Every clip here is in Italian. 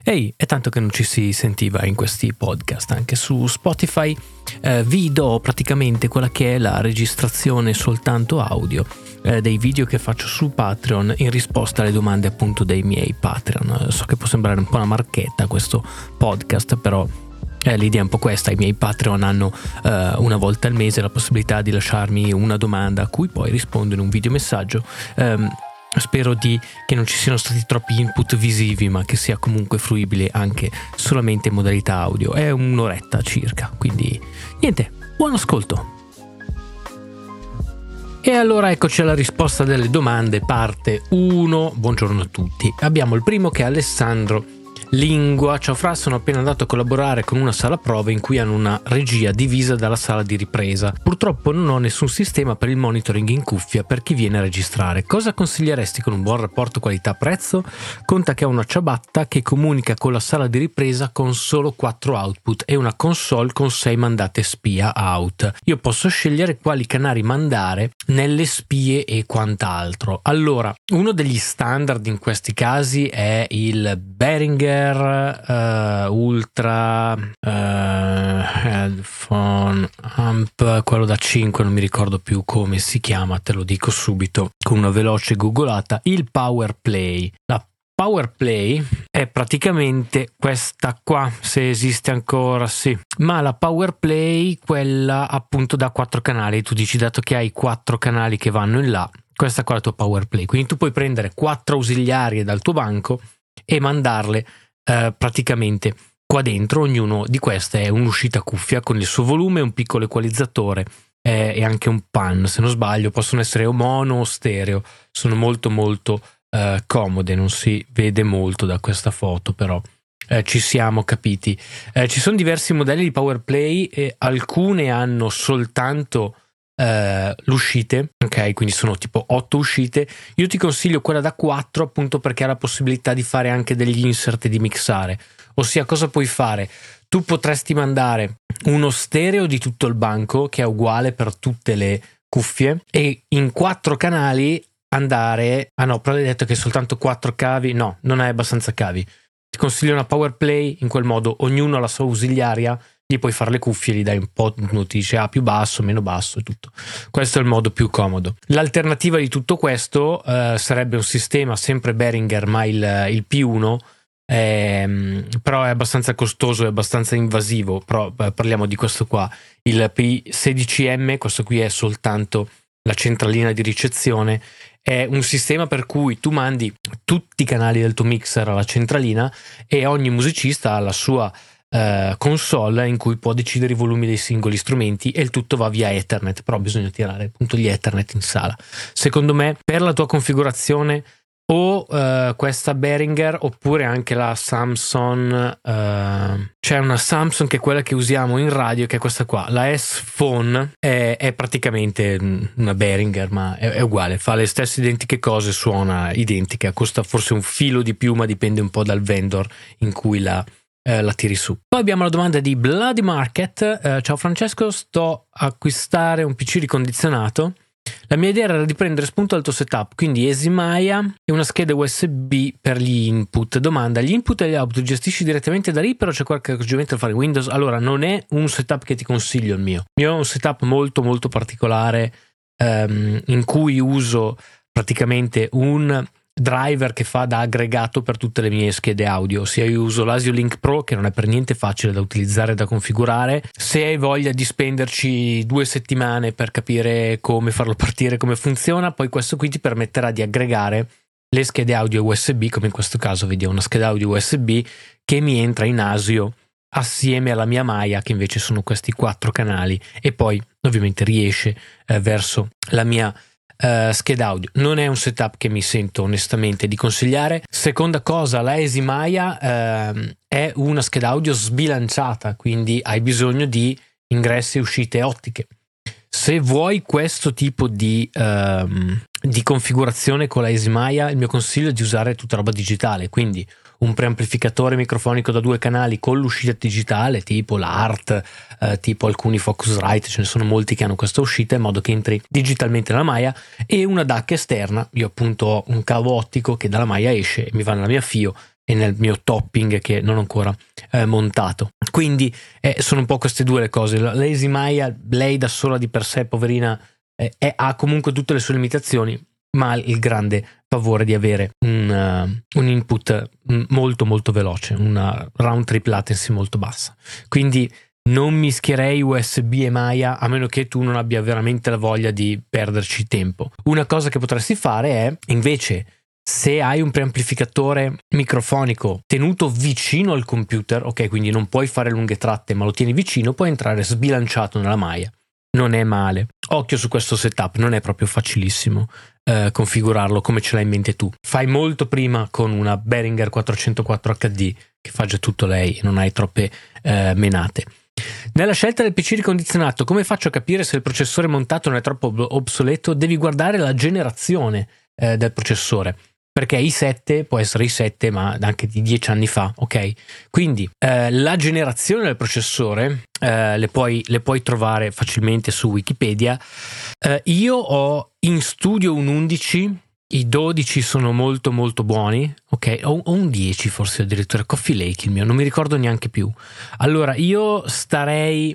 Ehi, è tanto che non ci si sentiva in questi podcast. Anche su Spotify vi do praticamente quella che è la registrazione soltanto audio dei video che faccio su Patreon in risposta alle domande appunto dei miei Patreon. So che può sembrare un po' una marchetta questo podcast, però l'idea è un po' questa. I miei Patreon hanno una volta al mese la possibilità di lasciarmi una domanda a cui poi rispondo in un videomessaggio. Spero che non ci siano stati troppi input visivi, ma che sia comunque fruibile anche solamente in modalità audio. È un'oretta circa, quindi niente, buon ascolto. E allora eccoci alla risposta delle domande, parte 1. Buongiorno a tutti. Abbiamo il primo che è Alessandro Lingua. Ciao Fra, sono appena andato a collaborare con una sala prove in cui hanno una regia divisa dalla sala di ripresa. Purtroppo non ho nessun sistema per il monitoring in cuffia per chi viene a registrare. Cosa consiglieresti con un buon rapporto qualità-prezzo? Conta che ho una ciabatta che comunica con la sala di ripresa con solo 4 output e una console con 6 mandate spia out. Io posso scegliere quali canali mandare nelle spie e quant'altro. Allora, uno degli standard in questi casi è il Behringer Ultra Headphone Amp, quello da 5, non mi ricordo più come si chiama, te lo dico subito con una veloce googolata. Il Power Play. La Power Play è praticamente questa qua, se esiste ancora, sì, ma la Power Play, quella appunto da 4 canali. Tu dici, dato che hai 4 canali che vanno in là, questa qua è la tua Power Play, quindi tu puoi prendere 4 ausiliarie dal tuo banco e mandarle praticamente qua dentro. Ognuno di queste è un'uscita cuffia con il suo volume, un piccolo equalizzatore e anche un pan, se non sbaglio. Possono essere o mono o stereo, sono molto comode. Non si vede molto da questa foto, però ci siamo capiti. Ci sono diversi modelli di Power Play e alcune hanno soltanto l'uscite, ok, quindi sono tipo 8 uscite. Io ti consiglio quella da 4 appunto perché ha la possibilità di fare anche degli insert e di mixare. Ossia, cosa puoi fare? Tu potresti mandare uno stereo di tutto il banco che è uguale per tutte le cuffie e in 4 canali andare... Ah no, però hai detto che soltanto 4 cavi. No, non hai abbastanza cavi. Ti consiglio una Power Play, in quel modo ognuno ha la sua ausiliaria, gli puoi fare le cuffie, gli dai un po', ti dice più basso, meno basso e tutto. Questo è il modo più comodo. L'alternativa di tutto questo sarebbe un sistema sempre Behringer, ma il P1, però è abbastanza costoso e abbastanza invasivo. Però parliamo di questo qua, il P16M. Questo qui è soltanto la centralina di ricezione. È un sistema per cui tu mandi tutti i canali del tuo mixer alla centralina e ogni musicista ha la sua console in cui può decidere i volumi dei singoli strumenti e il tutto va via Ethernet, però bisogna tirare appunto gli Ethernet in sala. Secondo me per la tua configurazione o questa Behringer oppure anche la Samsung, c'è una Samsung che è quella che usiamo in radio, che è questa qua, la S-Phone, è praticamente una Behringer, ma è uguale, fa le stesse identiche cose, suona identica, costa forse un filo di più, ma dipende un po' dal vendor in cui la tiri su. Poi abbiamo la domanda di Bloody Market. Ciao Francesco, sto a acquistare un PC ricondizionato. La mia idea era di prendere spunto dal tuo setup, quindi Esimaya e una scheda USB per gli input. Domanda: gli input e gli output gestisci direttamente da lì, però c'è qualche accorgimento da fare in Windows? Allora, non è un setup che ti consiglio il mio. Io ho un setup molto particolare in cui uso praticamente un driver che fa da aggregato per tutte le mie schede audio. Ossia, io uso l'Asio Link Pro, che non è per niente facile da utilizzare e da configurare. Se hai voglia di spenderci 2 settimane per capire come farlo partire, come funziona, poi questo qui ti permetterà di aggregare le schede audio USB, come in questo caso vedi una scheda audio USB che mi entra in Asio assieme alla mia Maya, che invece sono questi 4 canali, e poi ovviamente riesce verso la mia scheda audio. Non è un setup che mi sento onestamente di consigliare. Seconda cosa, la Esimaya è una scheda audio sbilanciata, quindi hai bisogno di ingressi e uscite ottiche. Se vuoi questo tipo di configurazione con la Esimaya, il mio consiglio è di usare tutta roba digitale, quindi un preamplificatore microfonico da 2 canali con l'uscita digitale, tipo l'ART, tipo alcuni Focusrite, ce ne sono molti che hanno questa uscita in modo che entri digitalmente nella Maya, e una DAC esterna. Io appunto ho un cavo ottico che dalla Maya esce e mi va nella mia Fio e nel mio topping che non ho ancora montato. Quindi sono un po' queste due le cose. La Lazy Maya, lei da sola di per sé, poverina, ha comunque tutte le sue limitazioni, ma ha il grande favore di avere un input molto molto veloce, una round trip latency molto bassa. Quindi non mischierei USB e Maya, a meno che tu non abbia veramente la voglia di perderci tempo. Una cosa che potresti fare è, invece, se hai un preamplificatore microfonico tenuto vicino al computer, ok, quindi non puoi fare lunghe tratte ma lo tieni vicino, puoi entrare sbilanciato nella Maya. Non è male. Occhio su questo setup, non è proprio facilissimo configurarlo come ce l'hai in mente tu. Fai molto prima con una Behringer 404 HD che fa già tutto lei e non hai troppe menate. Nella scelta del PC ricondizionato, come faccio a capire se il processore montato non è troppo obsoleto? Devi guardare la generazione del processore, perché i7 può essere i7 ma anche di 10 anni fa, ok? Quindi la generazione del processore le puoi trovare facilmente su Wikipedia. Io ho in studio un 11, i 12 sono molto molto buoni, ok? Ho un 10 forse addirittura, Coffee Lake il mio, non mi ricordo neanche più. Allora io starei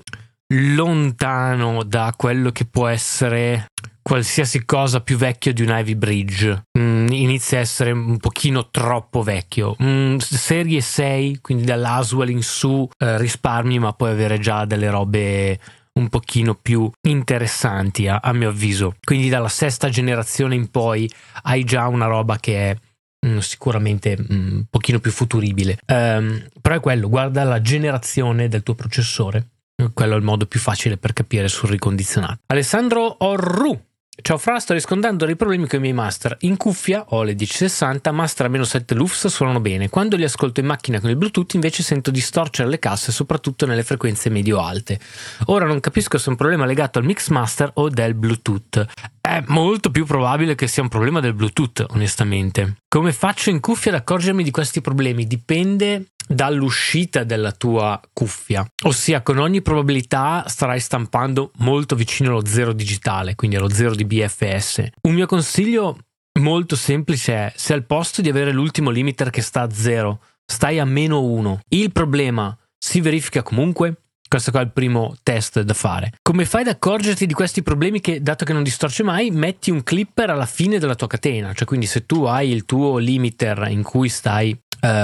lontano da quello che può essere qualsiasi cosa più vecchio di un Ivy Bridge. Inizia a essere un pochino troppo vecchio. Serie 6, quindi dall'Aswell in su, risparmi, ma puoi avere già delle robe un pochino più interessanti a mio avviso. Quindi dalla sesta generazione in poi hai già una roba che è sicuramente un pochino più futuribile. Però è quello, guarda la generazione del tuo processore. Quello è il modo più facile per capire sul ricondizionato. Alessandro Orru: ciao Fra, sto riscontrando dei problemi con i miei master. In cuffia ho le 1060, master a meno 7 LUFS suonano bene. Quando li ascolto in macchina con il Bluetooth invece sento distorcere le casse, soprattutto nelle frequenze medio-alte. Ora non capisco se è un problema legato al mix master o del Bluetooth. È molto più probabile che sia un problema del Bluetooth, onestamente. Come faccio in cuffia ad accorgermi di questi problemi? Dipende dall'uscita della tua cuffia, ossia con ogni probabilità starai stampando molto vicino allo 0 digitale, quindi allo 0 dB FS. Un mio consiglio molto semplice è: se al posto di avere l'ultimo limiter che sta a 0 stai a -1, il problema si verifica comunque? Questo qua è il primo test da fare. Come fai ad accorgerti di questi problemi? Che, dato che non distorce mai, metti un clipper alla fine della tua catena, cioè quindi se tu hai il tuo limiter in cui stai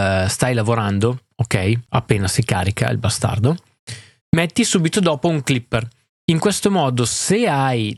lavorando, ok, appena si carica il bastardo, metti subito dopo un clipper. In questo modo, se hai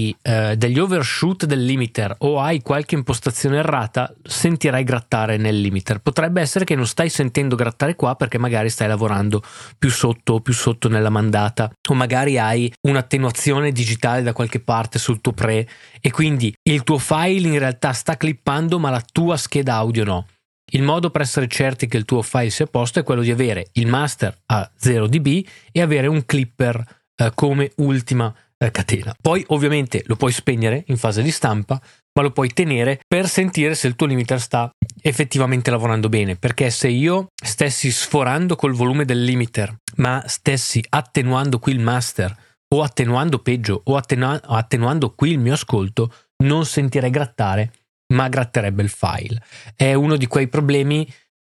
degli overshoot del limiter o hai qualche impostazione errata, sentirai grattare nel limiter. Potrebbe essere che non stai sentendo grattare qua perché magari stai lavorando più sotto nella mandata, o magari hai un'attenuazione digitale da qualche parte sul tuo pre e quindi il tuo file in realtà sta clippando ma la tua scheda audio no. Il modo per essere certi che il tuo file sia a posto è quello di avere il master a 0 dB e avere un clipper come ultima catena. Poi ovviamente lo puoi spegnere in fase di stampa, ma lo puoi tenere per sentire se il tuo limiter sta effettivamente lavorando bene, perché se io stessi sforando col volume del limiter ma stessi attenuando qui il master o attenuando peggio o attenuando qui il mio ascolto, non sentirei grattare ma gratterebbe il file. È uno di quei problemi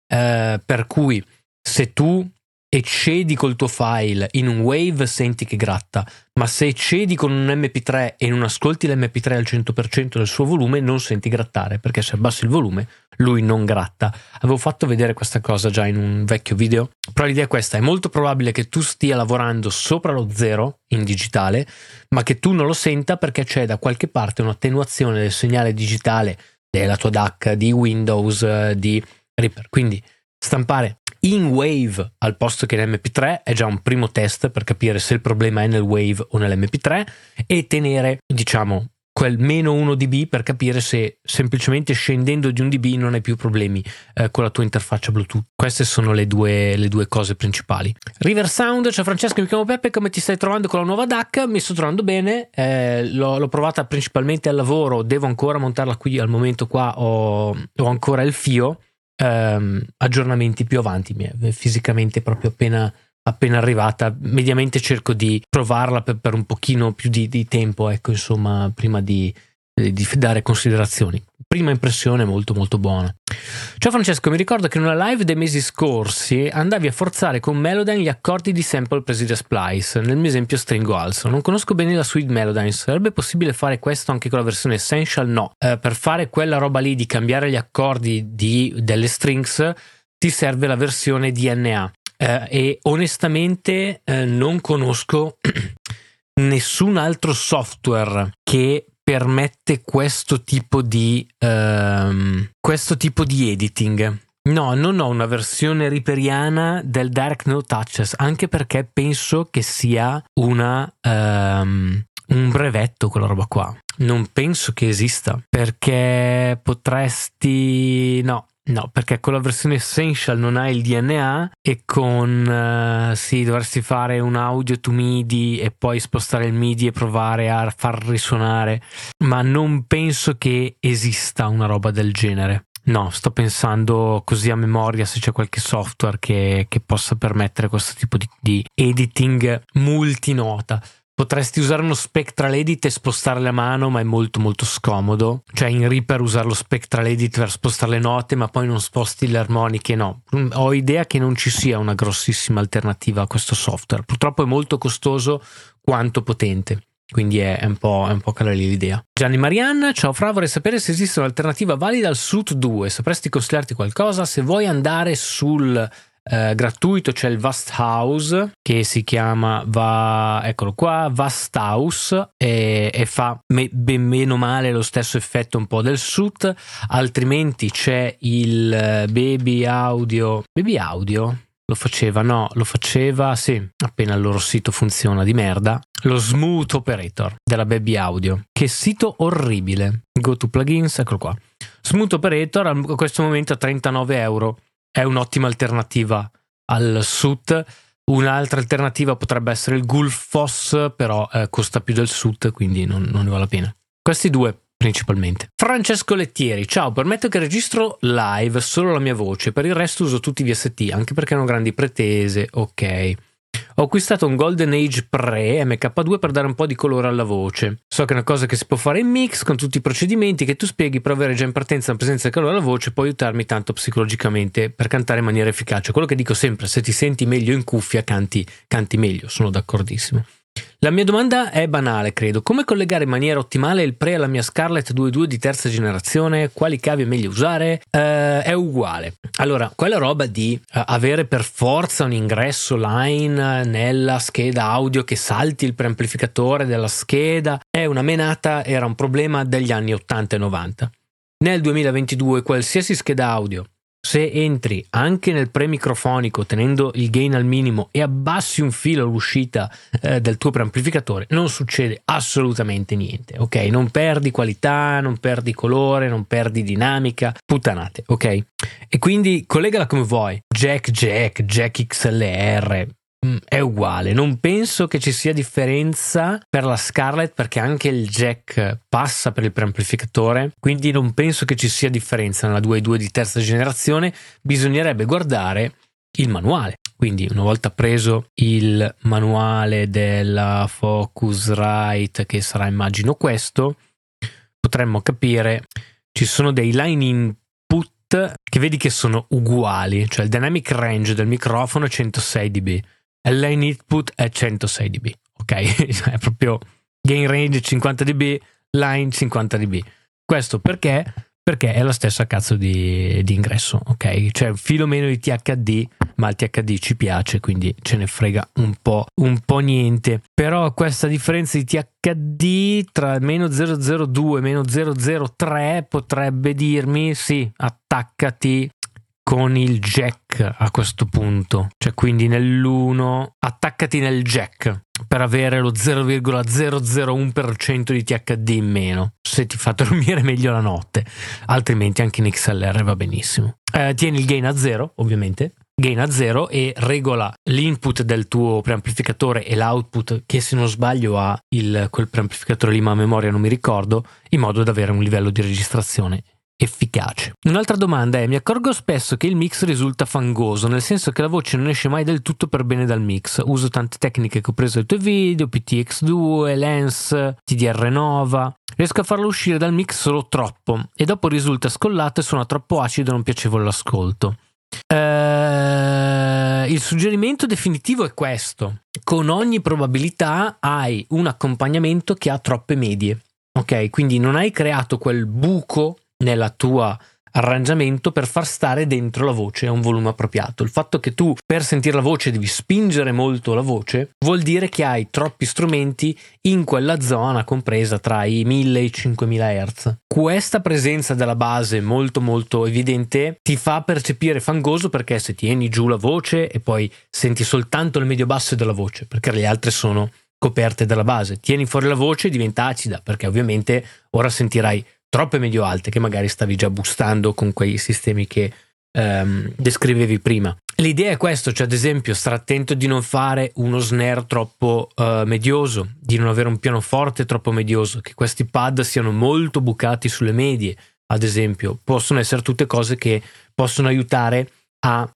per cui se tu eccedi col tuo file in un wave senti che gratta, ma se eccedi con un MP3 e non ascolti l'MP3 al 100% del suo volume non senti grattare, perché se abbassi il volume lui non gratta. Avevo fatto vedere questa cosa già in un vecchio video, però l'idea è questa: è molto probabile che tu stia lavorando sopra lo 0 in digitale ma che tu non lo senta perché c'è da qualche parte un'attenuazione del segnale digitale della tua DAC, di Windows, di Reaper. Quindi stampare in wave al posto che in MP3 è già un primo test per capire se il problema è nel wave o nell'MP3, e tenere, diciamo, quel -1 dB per capire se semplicemente scendendo di un dB non hai più problemi con la tua interfaccia Bluetooth. Queste sono le due cose principali. River Sound: ciao Francesco, mi chiamo Peppe, come ti stai trovando con la nuova DAC? Mi sto trovando bene, l'ho provata principalmente al lavoro, devo ancora montarla qui, al momento qua ho ancora il fio. Aggiornamenti più avanti, fisicamente proprio appena arrivata. Mediamente cerco di provarla per un pochino più di tempo, ecco, insomma, prima di dare considerazioni. Prima impressione molto molto buona. Ciao Francesco, mi ricordo che in una live dei mesi scorsi andavi a forzare con Melodyne gli accordi di sample presi da Splice, nel mio esempio stringo alzo. Non conosco bene la suite Melodyne, sarebbe possibile fare questo anche con la versione Essential? No, per fare quella roba lì di cambiare gli accordi delle strings ti serve la versione DNA e onestamente non conosco nessun altro software che permette questo tipo di editing. No, non ho una versione riperiana del Direct No Touches, anche perché penso che sia un brevetto quella roba qua. Non penso che esista, perché potresti... No, perché con la versione Essential non hai il DNA e dovresti fare un audio to MIDI e poi spostare il MIDI e provare a far risuonare, ma non penso che esista una roba del genere. No, sto pensando così a memoria se c'è qualche software che possa permettere questo tipo di editing multinota. Potresti usare uno Spectral Edit e spostarle a mano, ma è molto molto scomodo. Cioè in Reaper usare lo Spectral Edit per spostare le note, ma poi non sposti le armoniche, no. Ho idea che non ci sia una grossissima alternativa a questo software. Purtroppo è molto costoso quanto potente. Quindi è un po' cara l'idea. Gianni Marianna, ciao Fra, vorrei sapere se esiste un'alternativa valida al Suit 2. Sapresti consigliarti qualcosa? Se vuoi andare sul... gratuito c'è il Vasthouse che si chiama eccolo qua, Vasthouse e fa ben meno male lo stesso effetto un po' del Suit. Altrimenti c'è il Baby Audio lo faceva sì, appena il loro sito funziona di merda, lo Smooth Operator della Baby Audio. Che sito orribile. Go to plugins, eccolo qua. Smooth Operator a questo momento a €39 è un'ottima alternativa al Suit. Un'altra alternativa potrebbe essere il Gullfoss, però costa più del Suit, quindi non ne vale la pena. Questi due principalmente. Francesco Lettieri, ciao, permetto che registro live solo la mia voce, per il resto uso tutti i VST, anche perché non ho grandi pretese, ok. Ho acquistato un Golden Age Pre MK2 per dare un po' di colore alla voce. So che è una cosa che si può fare in mix con tutti i procedimenti che tu spieghi per avere già in partenza una presenza di calore alla voce, può aiutarmi tanto psicologicamente per cantare in maniera efficace. Quello che dico sempre, se ti senti meglio in cuffia canti meglio, sono d'accordissimo. La mia domanda è banale, credo. Come collegare in maniera ottimale il Pre alla mia Scarlett 2.2 di terza generazione? Quali cavi è meglio usare? È uguale. Allora, quella roba di avere per forza un ingresso line nella scheda audio che salti il preamplificatore della scheda è una menata, era un problema degli anni 80 e 90. Nel 2022 qualsiasi scheda audio, se entri anche nel pre-microfonico tenendo il gain al minimo e abbassi un filo all'uscita del tuo preamplificatore, non succede assolutamente niente, ok? Non perdi qualità, non perdi colore, non perdi dinamica, puttanate, ok? E quindi collegala come vuoi, jack XLR, è uguale. Non penso che ci sia differenza per la Scarlett, perché anche il jack passa per il preamplificatore, quindi non penso che ci sia differenza nella 2.2 di terza generazione. Bisognerebbe guardare il manuale. Quindi una volta preso il manuale della Focusrite, che sarà immagino questo, potremmo capire, ci sono dei line input che vedi che sono uguali, cioè il dynamic range del microfono è 106 dB, il line input è 106 dB, ok? È proprio gain range 50 dB, line 50 dB. Questo perché è la stessa cazzo di ingresso, ok? Cioè un filo meno di THD, ma il THD ci piace, quindi ce ne frega un po' niente. Però questa differenza di THD tra meno 002 e meno 003 potrebbe dirmi sì, attaccati con il jack a questo punto, cioè quindi nell'1 attaccati nel jack per avere lo 0,001% di THD in meno, se ti fa dormire meglio la notte, altrimenti anche in XLR va benissimo. Tieni il gain a 0, ovviamente, gain a 0, e regola l'input del tuo preamplificatore e l'output, che se non sbaglio ha quel preamplificatore lì, ma a memoria non mi ricordo, in modo da avere un livello di registrazione efficace. Un'altra domanda è: mi accorgo spesso che il mix risulta fangoso, nel senso che la voce non esce mai del tutto per bene dal mix. Uso tante tecniche che ho preso dai tuoi video, PTX2, Lens, TDR Nova. Riesco a farlo uscire dal mix solo troppo e dopo risulta scollato e suona troppo acido e non piacevole all'ascolto. Il suggerimento definitivo è questo: con ogni probabilità hai un accompagnamento che ha troppe medie, ok? Quindi non hai creato quel buco nella tua arrangiamento per far stare dentro la voce a un volume appropriato. Il fatto che tu per sentire la voce devi spingere molto la voce vuol dire che hai troppi strumenti in quella zona compresa tra i 1000 e i 5000 Hz. Questa presenza della base molto molto evidente ti fa percepire fangoso, perché se tieni giù la voce e poi senti soltanto il medio basso della voce perché le altre sono coperte dalla base, tieni fuori la voce diventa acida perché ovviamente ora sentirai troppe medio alte che magari stavi già boostando con quei sistemi che descrivevi prima. L'idea è questo, cioè ad esempio stare attento di non fare uno snare troppo medioso, di non avere un pianoforte troppo medioso, che questi pad siano molto bucati sulle medie, ad esempio. Possono essere tutte cose che possono aiutare a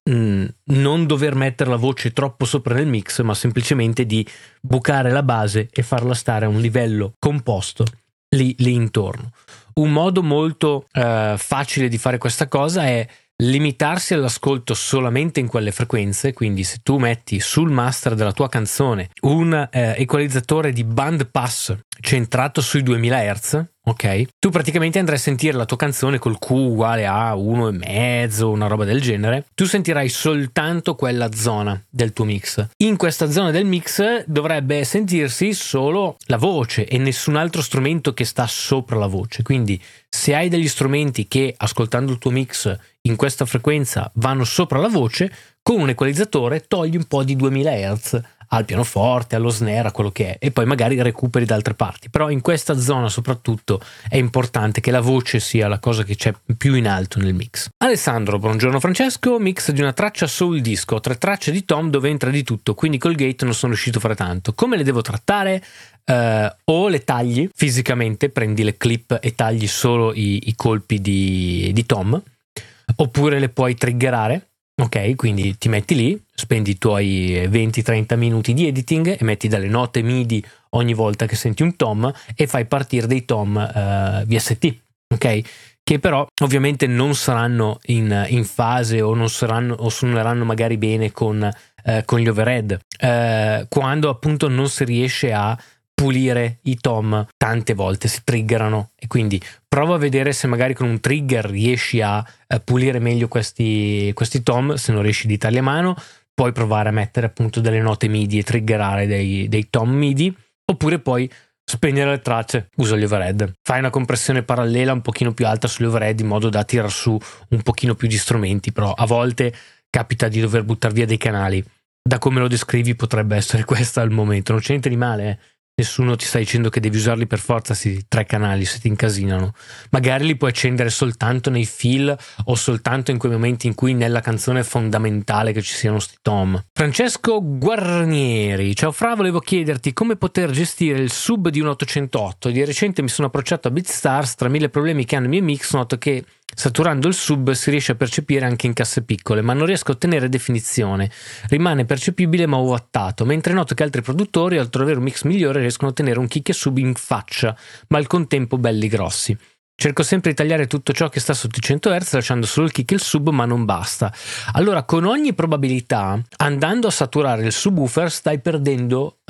non dover mettere la voce troppo sopra nel mix, ma semplicemente di bucare la base e farla stare a un livello composto lì intorno. Un modo molto facile di fare questa cosa è limitarsi all'ascolto solamente in quelle frequenze. Quindi se tu metti sul master della tua canzone un equalizzatore di band pass centrato sui 2000 Hz, ok? Tu praticamente andrai a sentire la tua canzone col Q uguale a 1,5, una roba del genere. Tu sentirai soltanto quella zona del tuo mix. In questa zona del mix dovrebbe sentirsi solo la voce e nessun altro strumento che sta sopra la voce. Quindi se hai degli strumenti che ascoltando il tuo mix in questa frequenza vanno sopra la voce, con un equalizzatore togli un po' di 2000 Hz al pianoforte, allo snare, a quello che è, e poi magari recuperi da altre parti. Però in questa zona soprattutto è importante che la voce sia la cosa che c'è più in alto nel mix. Alessandro: buongiorno Francesco, mix di una traccia soul disco, 3 tracce di tom dove entra di tutto, quindi col gate non sono riuscito a fare tanto. Come le devo trattare? O le tagli fisicamente, prendi le clip e tagli solo i colpi di tom, oppure le puoi triggerare. Ok, quindi ti metti lì, spendi i tuoi 20-30 minuti di editing e metti delle note MIDI ogni volta che senti un tom e fai partire dei tom VST, ok? Che però ovviamente non saranno in fase o non saranno o suoneranno magari bene con gli overhead, quando appunto non si riesce a pulire i tom, tante volte si triggerano, e quindi prova a vedere se magari con un trigger riesci a pulire meglio questi tom. Se non riesci di darli a mano, puoi provare a mettere appunto delle note MIDI e triggerare dei tom MIDI, oppure puoi spegnere le tracce, usa gli overhead, fai una compressione parallela un pochino più alta sugli overhead in modo da tirar su un pochino più di strumenti. Però a volte capita di dover buttare via dei canali. Da come lo descrivi potrebbe essere questo al momento, non c'è niente di male, nessuno ti sta dicendo che devi usarli per forza, 3 canali, se ti incasinano. Magari li puoi accendere soltanto nei fill o soltanto in quei momenti in cui nella canzone è fondamentale che ci siano sti tom. Francesco Guarnieri: ciao Fra, volevo chiederti come poter gestire il sub di un 808. Di recente mi sono approcciato a BeatStars, tra 1000 problemi che hanno i miei mix noto che saturando il sub si riesce a percepire anche in casse piccole, ma non riesco a ottenere definizione, rimane percepibile ma ovattato, mentre noto che altri produttori, oltre ad avere un mix migliore, riescono a ottenere un kick e sub in faccia, ma al contempo belli grossi. Cerco sempre di tagliare tutto ciò che sta sotto i 100 Hz, lasciando solo il kick e il sub, ma non basta. Allora, con ogni probabilità, andando a saturare il subwoofer, stai perdendo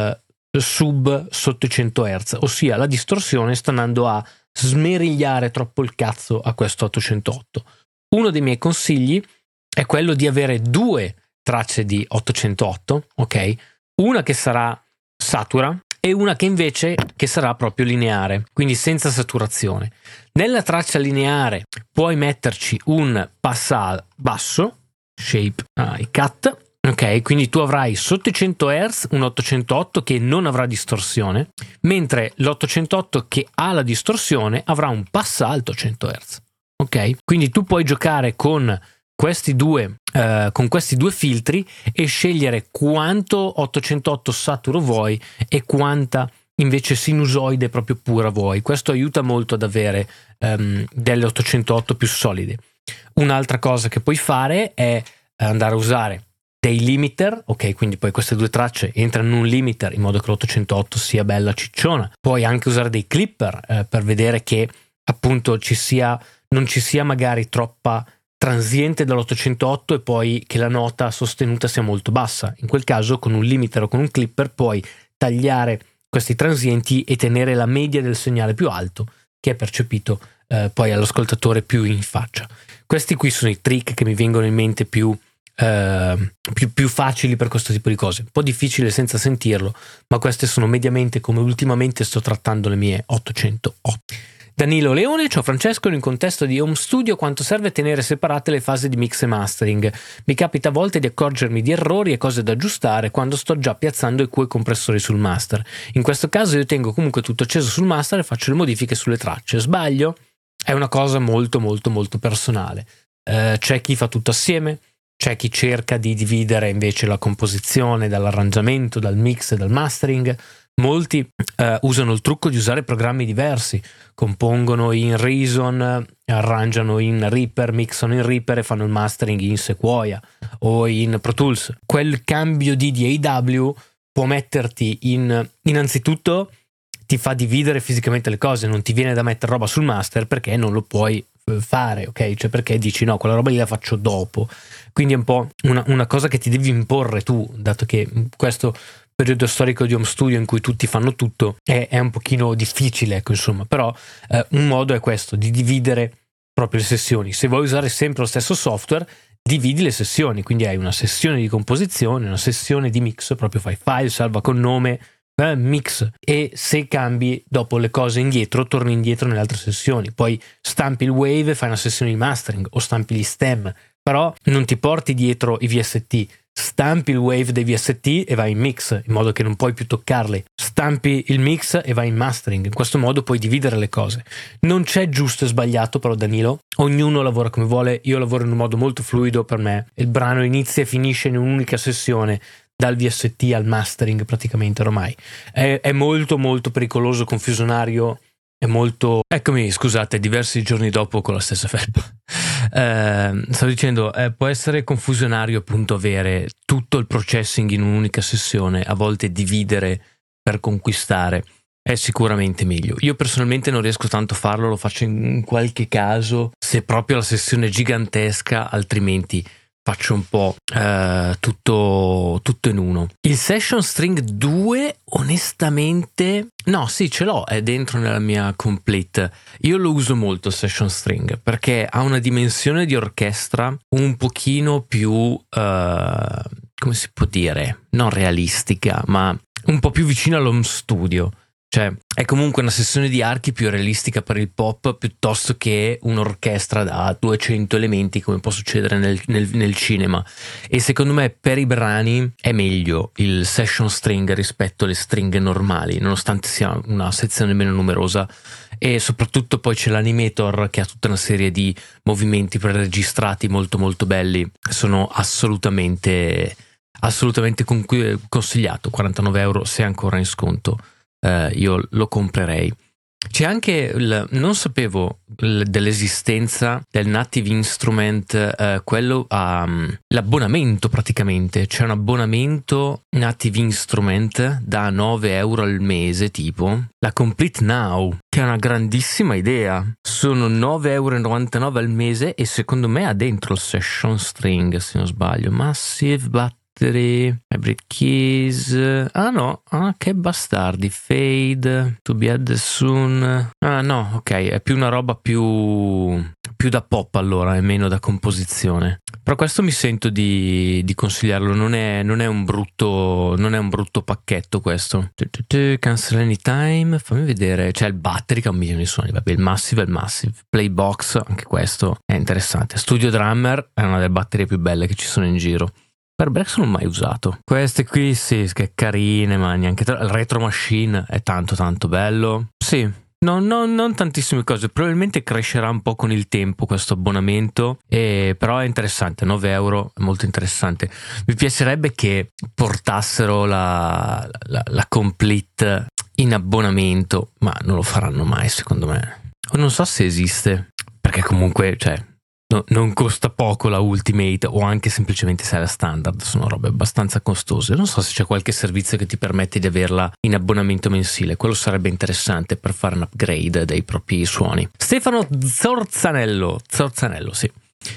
sub sotto i 100 Hz, ossia la distorsione sta andando a smerigliare troppo il cazzo a questo 808. Uno dei miei consigli è quello di avere 2 tracce di 808, ok? Una che sarà satura e una che invece che sarà proprio lineare, quindi senza saturazione. Nella traccia lineare puoi metterci un passa basso, shape cut, ok? Quindi tu avrai sotto i 100 Hz un 808 che non avrà distorsione, mentre l'808 che ha la distorsione avrà un passa alto 100 Hz, ok? Quindi tu puoi giocare con questi due filtri e scegliere quanto 808 saturo vuoi e quanta invece sinusoide proprio pura vuoi. Questo aiuta molto ad avere delle 808 più solide. Un'altra cosa che puoi fare è andare a usare dei limiter, ok, quindi poi queste due tracce entrano in un limiter in modo che l'808 sia bella cicciona. Puoi anche usare dei clipper per vedere che appunto non ci sia magari troppa transiente dall'808 e poi che la nota sostenuta sia molto bassa. In quel caso con un limiter o con un clipper puoi tagliare questi transienti e tenere la media del segnale più alto, che è percepito poi all'ascoltatore più in faccia. Questi qui sono i trick che mi vengono in mente più facili per questo tipo di cose. Un po' difficile senza sentirlo, ma queste sono mediamente come ultimamente sto trattando le mie 808. Danilo Leone: ciao Francesco, in un contesto di home studio quanto serve tenere separate le fasi di mix e mastering? Mi capita a volte di accorgermi di errori e cose da aggiustare quando sto già piazzando i quei compressori sul master. In questo caso io tengo comunque tutto acceso sul master e faccio le modifiche sulle tracce. Sbaglio? È una cosa molto molto molto personale. C'è chi fa tutto assieme, c'è chi cerca di dividere invece la composizione dall'arrangiamento, dal mix e dal mastering. Molti usano il trucco di usare programmi diversi, compongono in Reason, arrangiano in Reaper, mixano in Reaper e fanno il mastering in Sequoia o in Pro Tools. Quel cambio di DAW può metterti innanzitutto ti fa dividere fisicamente le cose, non ti viene da mettere roba sul master perché non lo puoi fare, ok? Cioè perché dici no, quella roba lì la faccio dopo. Quindi è un po' una cosa che ti devi imporre tu, dato che questo periodo storico di home studio in cui tutti fanno tutto è un pochino difficile, ecco, insomma. Però un modo è questo, di dividere proprio le sessioni. Se vuoi usare sempre lo stesso software, dividi le sessioni, quindi hai una sessione di composizione, una sessione di mix, proprio fai file, salva con nome, mix, e se cambi dopo le cose indietro torni indietro nelle altre sessioni. Poi stampi il wave e fai una sessione di mastering o stampi gli stem, però non ti porti dietro i VST, stampi il wave dei VST e vai in mix in modo che non puoi più toccarli, stampi il mix e vai in mastering. In questo modo puoi dividere le cose. Non c'è giusto e sbagliato, però Danilo, ognuno lavora come vuole. Io lavoro in un modo molto fluido. Per me il brano inizia e finisce in un'unica sessione, dal VST al mastering praticamente ormai. È molto molto pericoloso, confusionario, è molto... Eccomi, scusate, diversi giorni dopo con la stessa felpa. Stavo dicendo, può essere confusionario appunto avere tutto il processing in un'unica sessione, a volte dividere per conquistare è sicuramente meglio. Io personalmente non riesco tanto a farlo, lo faccio in qualche caso se proprio la sessione è gigantesca, altrimenti faccio un po' tutto in uno. Il Session String 2 onestamente no, sì, ce l'ho, è dentro nella mia complete. Io lo uso molto il Session String perché ha una dimensione di orchestra un pochino più come si può dire, non realistica, ma un po' più vicina all'home studio. Cioè è comunque una sessione di archi più realistica per il pop piuttosto che un'orchestra da 200 elementi come può succedere nel cinema, e secondo me per i brani è meglio il session string rispetto alle stringhe normali, nonostante sia una sezione meno numerosa, e soprattutto poi c'è l'animator che ha tutta una serie di movimenti preregistrati molto molto belli. Sono assolutamente consigliato. 49 euro se ancora in sconto. Io lo comprerei. C'è anche non sapevo dell'esistenza del Native Instrument, quello l'abbonamento praticamente. C'è un abbonamento Native Instrument da 9 euro al mese, tipo la Complete Now, che è una grandissima idea. Sono 9,99 euro al mese e secondo me ha dentro il Session String, se non sbaglio. Massive Hybrid Keys. Che bastardi. Fade to be added soon. No, ok, è più una roba più da pop, allora, e meno da composizione. Però questo mi sento di consigliarlo. Non è un brutto pacchetto questo. Cancel anytime. Fammi vedere. C'è il battery che ha un milione di suoni. Vabbè, il Massive Playbox, anche questo è interessante. Studio Drummer è una delle batterie più belle che ci sono in giro. Per Brex non l'ho mai usato. Queste qui sì, che carine, ma neanche il Retro Machine è tanto bello. Sì, non tantissime cose. Probabilmente crescerà un po' con il tempo questo abbonamento, però è interessante. 9 euro è molto interessante. Mi piacerebbe che portassero la complete in abbonamento, ma non lo faranno mai secondo me. O non so se esiste, perché comunque, cioè, non costa poco la Ultimate, o anche semplicemente se è la standard, sono robe abbastanza costose. Non so se c'è qualche servizio che ti permette di averla in abbonamento mensile, quello sarebbe interessante per fare un upgrade dei propri suoni. Stefano Zorzanello, sì.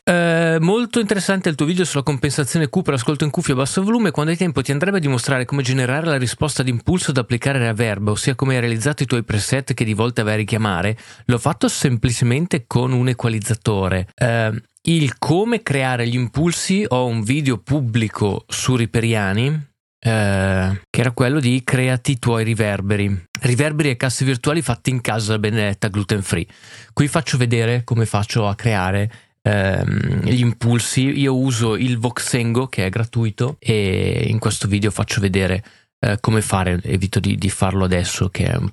Molto interessante il tuo video sulla compensazione Q per ascolto in cuffia a basso volume. Quando hai tempo ti andrebbe a dimostrare come generare la risposta d'impulso da applicare reverb, ossia come hai realizzato i tuoi preset che di volte vai a richiamare. L'ho fatto semplicemente con un equalizzatore. Il come creare gli impulsi, ho un video pubblico su Riperiani che era quello di creati i tuoi riverberi e casse virtuali fatti in casa da Benedetta gluten free. Qui faccio vedere come faccio a creare gli impulsi. Io uso il Voxengo che è gratuito e in questo video faccio vedere come fare. Evito di farlo adesso che è un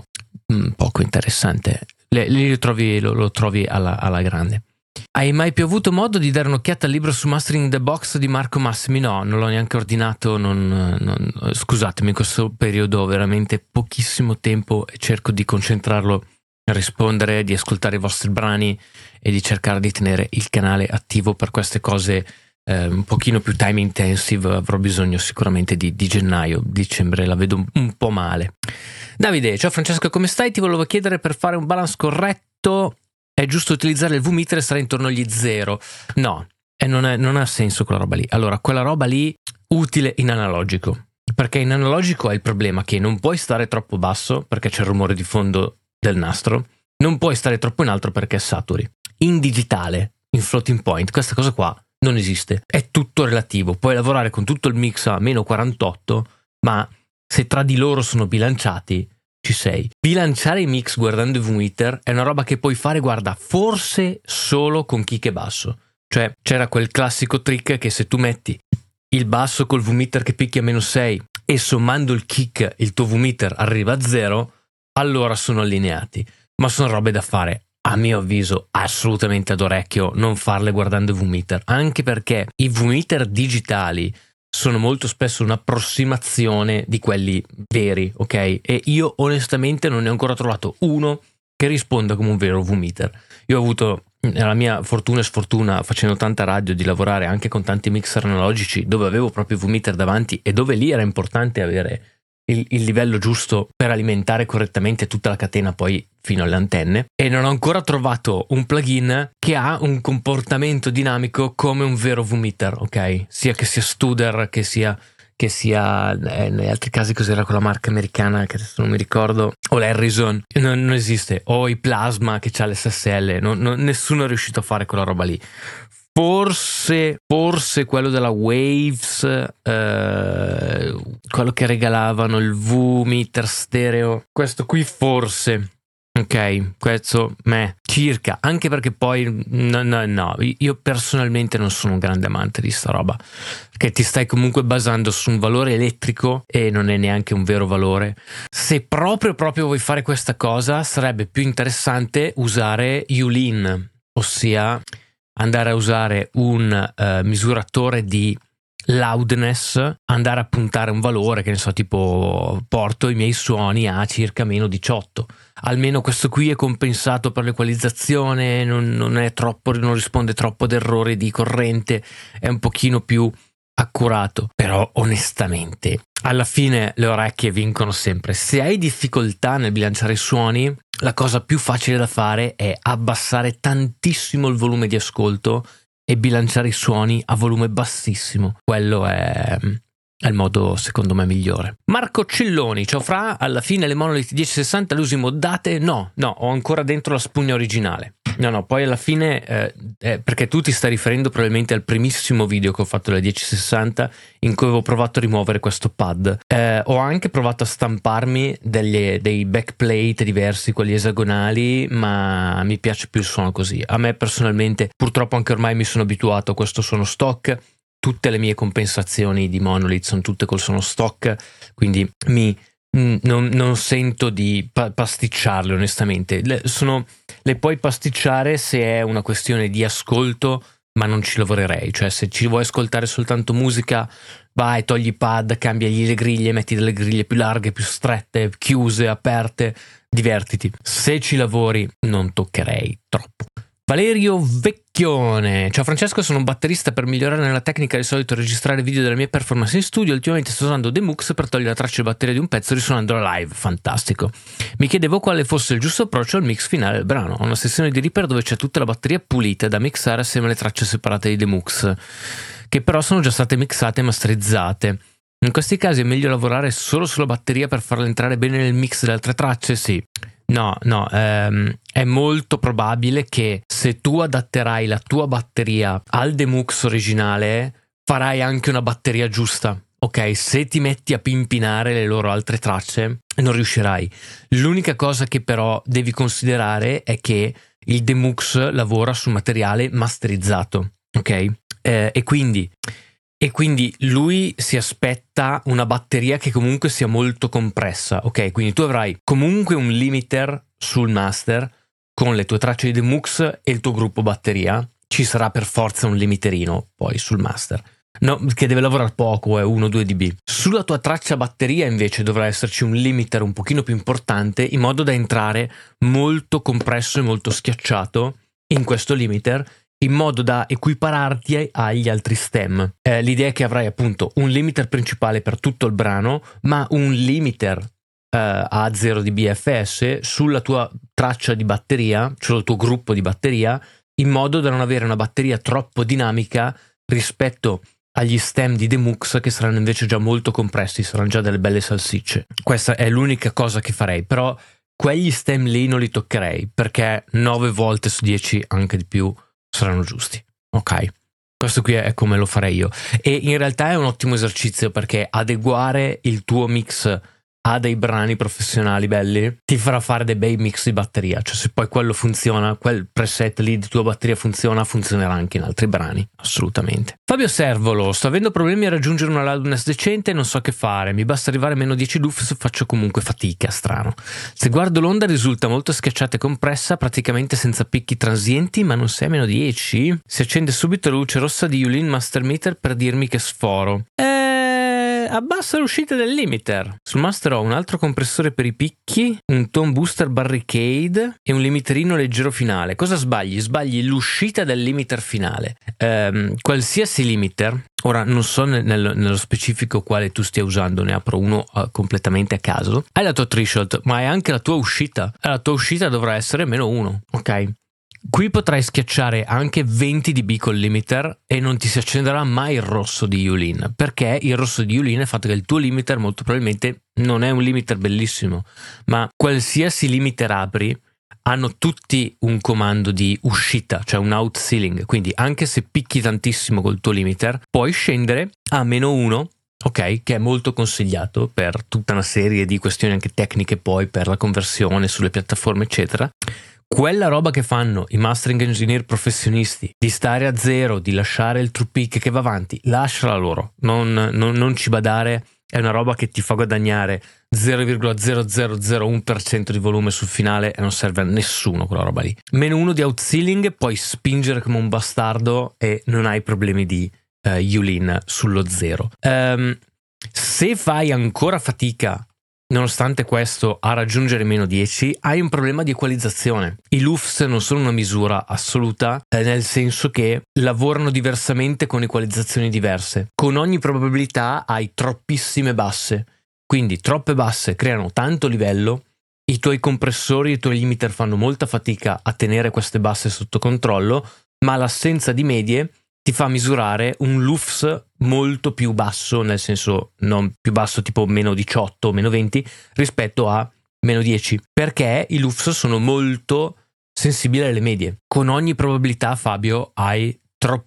poco interessante. Lo trovi alla grande. Hai mai più avuto modo di dare un'occhiata al libro su Mastering the Box di Marco Massimi? No, non l'ho neanche ordinato, scusatemi, in questo periodo ho veramente pochissimo tempo e cerco di concentrarlo a rispondere, di ascoltare i vostri brani e di cercare di tenere il canale attivo per queste cose un pochino più time intensive. Avrò bisogno sicuramente di gennaio, dicembre la vedo un po' male. Davide, ciao Francesco, come stai? Ti volevo chiedere, per fare un balance corretto è giusto utilizzare il V-meter e stare intorno agli 0? No, non ha senso quella roba lì. Allora, quella roba lì utile in analogico, perché in analogico hai il problema che non puoi stare troppo basso perché c'è il rumore di fondo del nastro, non puoi stare troppo in alto perché saturi. In digitale, in floating point, questa cosa qua non esiste, è tutto relativo. Puoi lavorare con tutto il mix a meno 48, ma se tra di loro sono bilanciati ci sei. Bilanciare i mix guardando il V-meter è una roba che puoi fare, guarda, forse solo con kick e basso. Cioè c'era quel classico trick che se tu metti il basso col V-meter che picchia a meno 6 e sommando il kick il tuo V-meter arriva a 0, allora sono allineati. Ma sono robe da fare, a mio avviso, assolutamente ad orecchio, non farle guardando il V-meter, anche perché i V-meter digitali sono molto spesso un'approssimazione di quelli veri, ok? E io onestamente non ne ho ancora trovato uno che risponda come un vero V-meter. Io ho avuto la mia fortuna e sfortuna, facendo tanta radio, di lavorare anche con tanti mixer analogici dove avevo proprio V-meter davanti e dove lì era importante avere il livello giusto per alimentare correttamente tutta la catena poi fino alle antenne, e non ho ancora trovato un plugin che ha un comportamento dinamico come un vero V-meter, ok? Sia che sia Studer, che sia negli altri casi cos'era quella marca americana che adesso non mi ricordo, o l'Harrison, non esiste, o i Plasma che c'ha l'SSL, nessuno è riuscito a fare quella roba lì. Forse quello della Waves, quello che regalavano, il V-meter stereo, questo qui forse, ok, questo circa, anche perché poi no, io personalmente non sono un grande amante di sta roba, perché ti stai comunque basando su un valore elettrico e non è neanche un vero valore. Se proprio vuoi fare questa cosa, sarebbe più interessante usare Yulin, ossia andare a usare un misuratore di loudness, andare a puntare un valore, che ne so, tipo porto i miei suoni a circa meno 18. Almeno questo qui è compensato per l'equalizzazione, non è troppo, non risponde troppo ad errori di corrente, è un pochino più accurato. Però onestamente alla fine le orecchie vincono sempre. Se hai difficoltà nel bilanciare i suoni, la cosa più facile da fare è abbassare tantissimo il volume di ascolto e bilanciare i suoni a volume bassissimo. Quello è il modo secondo me migliore. Marco Celloni, ciao Fra, alla fine le Monolith 1060 le usi moddate? No, ho ancora dentro la spugna originale. No, poi alla fine, perché tu ti stai riferendo probabilmente al primissimo video che ho fatto della 1060 in cui avevo provato a rimuovere questo pad. Ho anche provato a stamparmi dei backplate diversi, quelli esagonali, ma mi piace più il suono così. A me personalmente, purtroppo anche ormai mi sono abituato a questo suono stock. Tutte le mie compensazioni di Monolith sono tutte col suono stock, quindi non sento di pasticciarle onestamente. Le puoi pasticciare se è una questione di ascolto ma non ci lavorerei. Cioè, se ci vuoi ascoltare soltanto musica, vai, togli i pad, cambiagli le griglie, metti delle griglie più larghe, più strette, chiuse, aperte, divertiti. Se ci lavori non toccherei troppo. Valerio Vecchione: ciao Francesco, sono un batterista. Per migliorare nella tecnica di solito registrare video delle mie performance in studio. Ultimamente sto usando Demux per togliere la traccia di batteria di un pezzo risuonandola live. Fantastico. Mi chiedevo quale fosse il giusto approccio al mix finale del brano. Ho una sessione di Reaper dove c'è tutta la batteria pulita da mixare assieme alle tracce separate di Demux, che però sono già state mixate e masterizzate. In questi casi è meglio lavorare solo sulla batteria per farla entrare bene nel mix delle altre tracce? Sì. No, è molto probabile che se tu adatterai la tua batteria al Demux originale, farai anche una batteria giusta. Ok, se ti metti a pimpinare le loro altre tracce, non riuscirai. L'unica cosa che però devi considerare è che il Demux lavora su materiale masterizzato, ok? E quindi lui si aspetta una batteria che comunque sia molto compressa, ok? Quindi tu avrai comunque un limiter sul master con le tue tracce di Demux e il tuo gruppo batteria. Ci sarà per forza un limiterino poi sul master. No, che deve lavorare poco, è 1-2 dB. Sulla tua traccia batteria invece dovrà esserci un limiter un pochino più importante, in modo da entrare molto compresso e molto schiacciato in questo limiter, in modo da equipararti agli altri stem. L'idea è che avrai appunto un limiter principale per tutto il brano, ma un limiter a 0 dB fs sulla tua traccia di batteria, cioè sul tuo gruppo di batteria, in modo da non avere una batteria troppo dinamica rispetto agli stem di Demux, che saranno invece già molto compressi, saranno già delle belle salsicce. Questa è l'unica cosa che farei, però quegli stem lì non li toccherei, perché 9 volte su 10, anche di più, saranno giusti. Ok, questo qui è come lo farei io, e in realtà è un ottimo esercizio, perché adeguare il tuo mix a dei brani professionali belli ti farà fare dei bei mix di batteria. Cioè, se poi quello funziona, quel preset lì di tua batteria funzionerà anche in altri brani, assolutamente. Fabio Servolo: sto avendo problemi a raggiungere una loudness decente e non so che fare, mi basta arrivare a meno 10 lufs, faccio comunque fatica, strano. Se guardo l'onda risulta molto schiacciata e compressa, praticamente senza picchi transienti, ma non sei a meno 10? Si accende subito la luce rossa di Yulin Master Meter per dirmi che sforo. Abbassa l'uscita del limiter. Sul master ho un altro compressore per i picchi, un tone booster barricade e un limiterino leggero finale. Cosa sbagli? Sbagli l'uscita del limiter finale. Qualsiasi limiter, ora non so nello specifico quale tu stia usando, ne apro uno completamente a caso. Hai la tua threshold, ma hai anche la tua uscita. La tua uscita dovrà essere -1, ok? Qui potrai schiacciare anche 20 dB col limiter e non ti si accenderà mai il rosso di Yulin, perché il rosso di Yulin è il fatto che il tuo limiter molto probabilmente non è un limiter bellissimo, ma qualsiasi limiter apri hanno tutti un comando di uscita, cioè un out ceiling, quindi anche se picchi tantissimo col tuo limiter puoi scendere a -1, ok, che è molto consigliato per tutta una serie di questioni anche tecniche, poi per la conversione sulle piattaforme eccetera. Quella roba che fanno i mastering engineer professionisti, di stare a 0, di lasciare il true peak che va avanti, lasciala loro, non ci badare, è una roba che ti fa guadagnare 0,0001% di volume sul finale e non serve a nessuno quella roba lì. -1 di outceiling, puoi spingere come un bastardo e non hai problemi di Yulin sullo 0. Se fai ancora fatica nonostante questo a raggiungere -10, hai un problema di equalizzazione. I LUFS non sono una misura assoluta, nel senso che lavorano diversamente con equalizzazioni diverse. Con ogni probabilità hai troppissime basse, quindi troppe basse creano tanto livello, i tuoi compressori e i tuoi limiter fanno molta fatica a tenere queste basse sotto controllo, ma l'assenza di medie ti fa misurare un LUFS molto più basso, nel senso non più basso tipo -18 o -20 rispetto a -10, perché i LUFS sono molto sensibili alle medie. Con ogni probabilità, Fabio, hai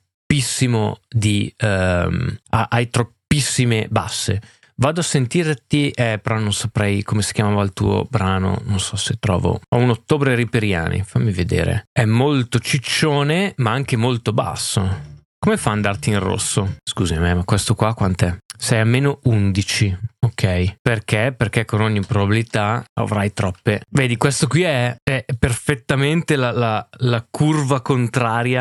hai troppissime basse. Vado a sentirti, però non saprei come si chiamava il tuo brano, non so se trovo. Ho un Ottobre Riperiani, fammi vedere. È molto ciccione, ma anche molto basso. Come fa ad andarti in rosso? Scusami, ma questo qua quant'è? Sei a -11, ok. Perché? Perché con ogni probabilità avrai troppe. Vedi, questo qui è perfettamente la curva contraria